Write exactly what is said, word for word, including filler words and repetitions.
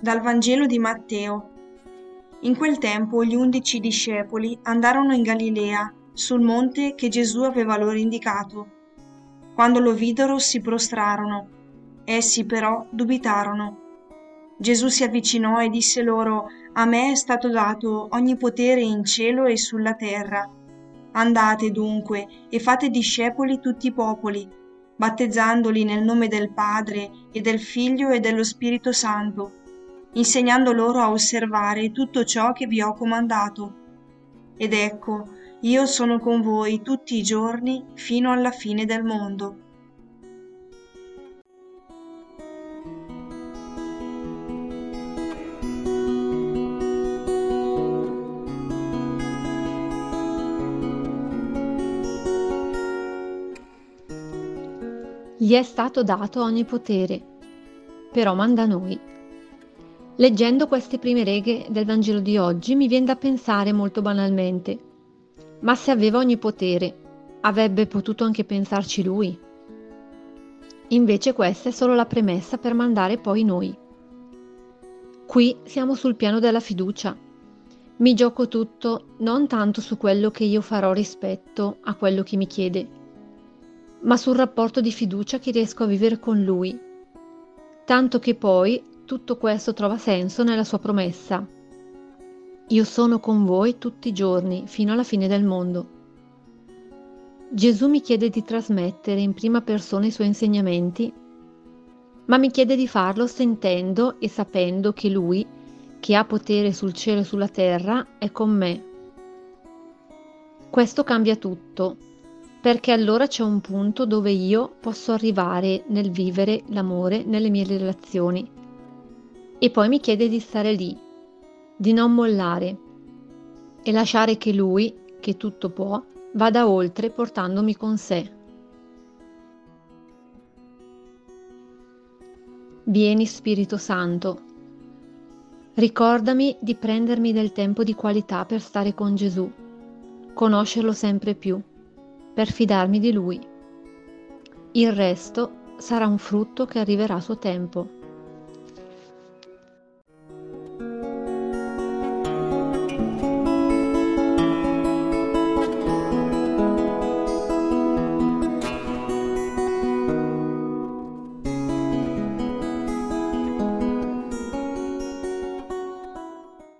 Dal Vangelo di Matteo. In quel tempo gli undici discepoli andarono in Galilea, sul monte che Gesù aveva loro indicato. Quando lo videro si prostrarono, essi però dubitarono. Gesù si avvicinò e disse loro: «A me è stato dato ogni potere in cielo e sulla terra. Andate dunque e fate discepoli tutti i popoli, battezzandoli nel nome del Padre e del Figlio e dello Spirito Santo, insegnando loro a osservare tutto ciò che vi ho comandato. Ed ecco, io sono con voi tutti i giorni fino alla fine del mondo». Gli è stato dato ogni potere, però manda noi. Leggendo queste prime righe del Vangelo di oggi mi viene da pensare molto banalmente: ma se aveva ogni potere, avrebbe potuto anche pensarci lui? Invece questa è solo la premessa per mandare poi noi. Qui siamo sul piano della fiducia. Mi gioco tutto non tanto su quello che io farò rispetto a quello che mi chiede, ma sul rapporto di fiducia che riesco a vivere con lui, tanto che poi tutto questo trova senso nella sua promessa: io sono con voi tutti i giorni fino alla fine del mondo. Gesù mi chiede di trasmettere in prima persona i suoi insegnamenti, ma mi chiede di farlo sentendo e sapendo che lui, che ha potere sul cielo e sulla terra, è con me. Questo cambia tutto, perché allora c'è un punto dove io posso arrivare nel vivere l'amore nelle mie relazioni. E poi mi chiede di stare lì, di non mollare e lasciare che lui, che tutto può, vada oltre portandomi con sé. Vieni Spirito Santo, ricordami di prendermi del tempo di qualità per stare con Gesù, conoscerlo sempre più, per fidarmi di Lui. Il resto sarà un frutto che arriverà a suo tempo.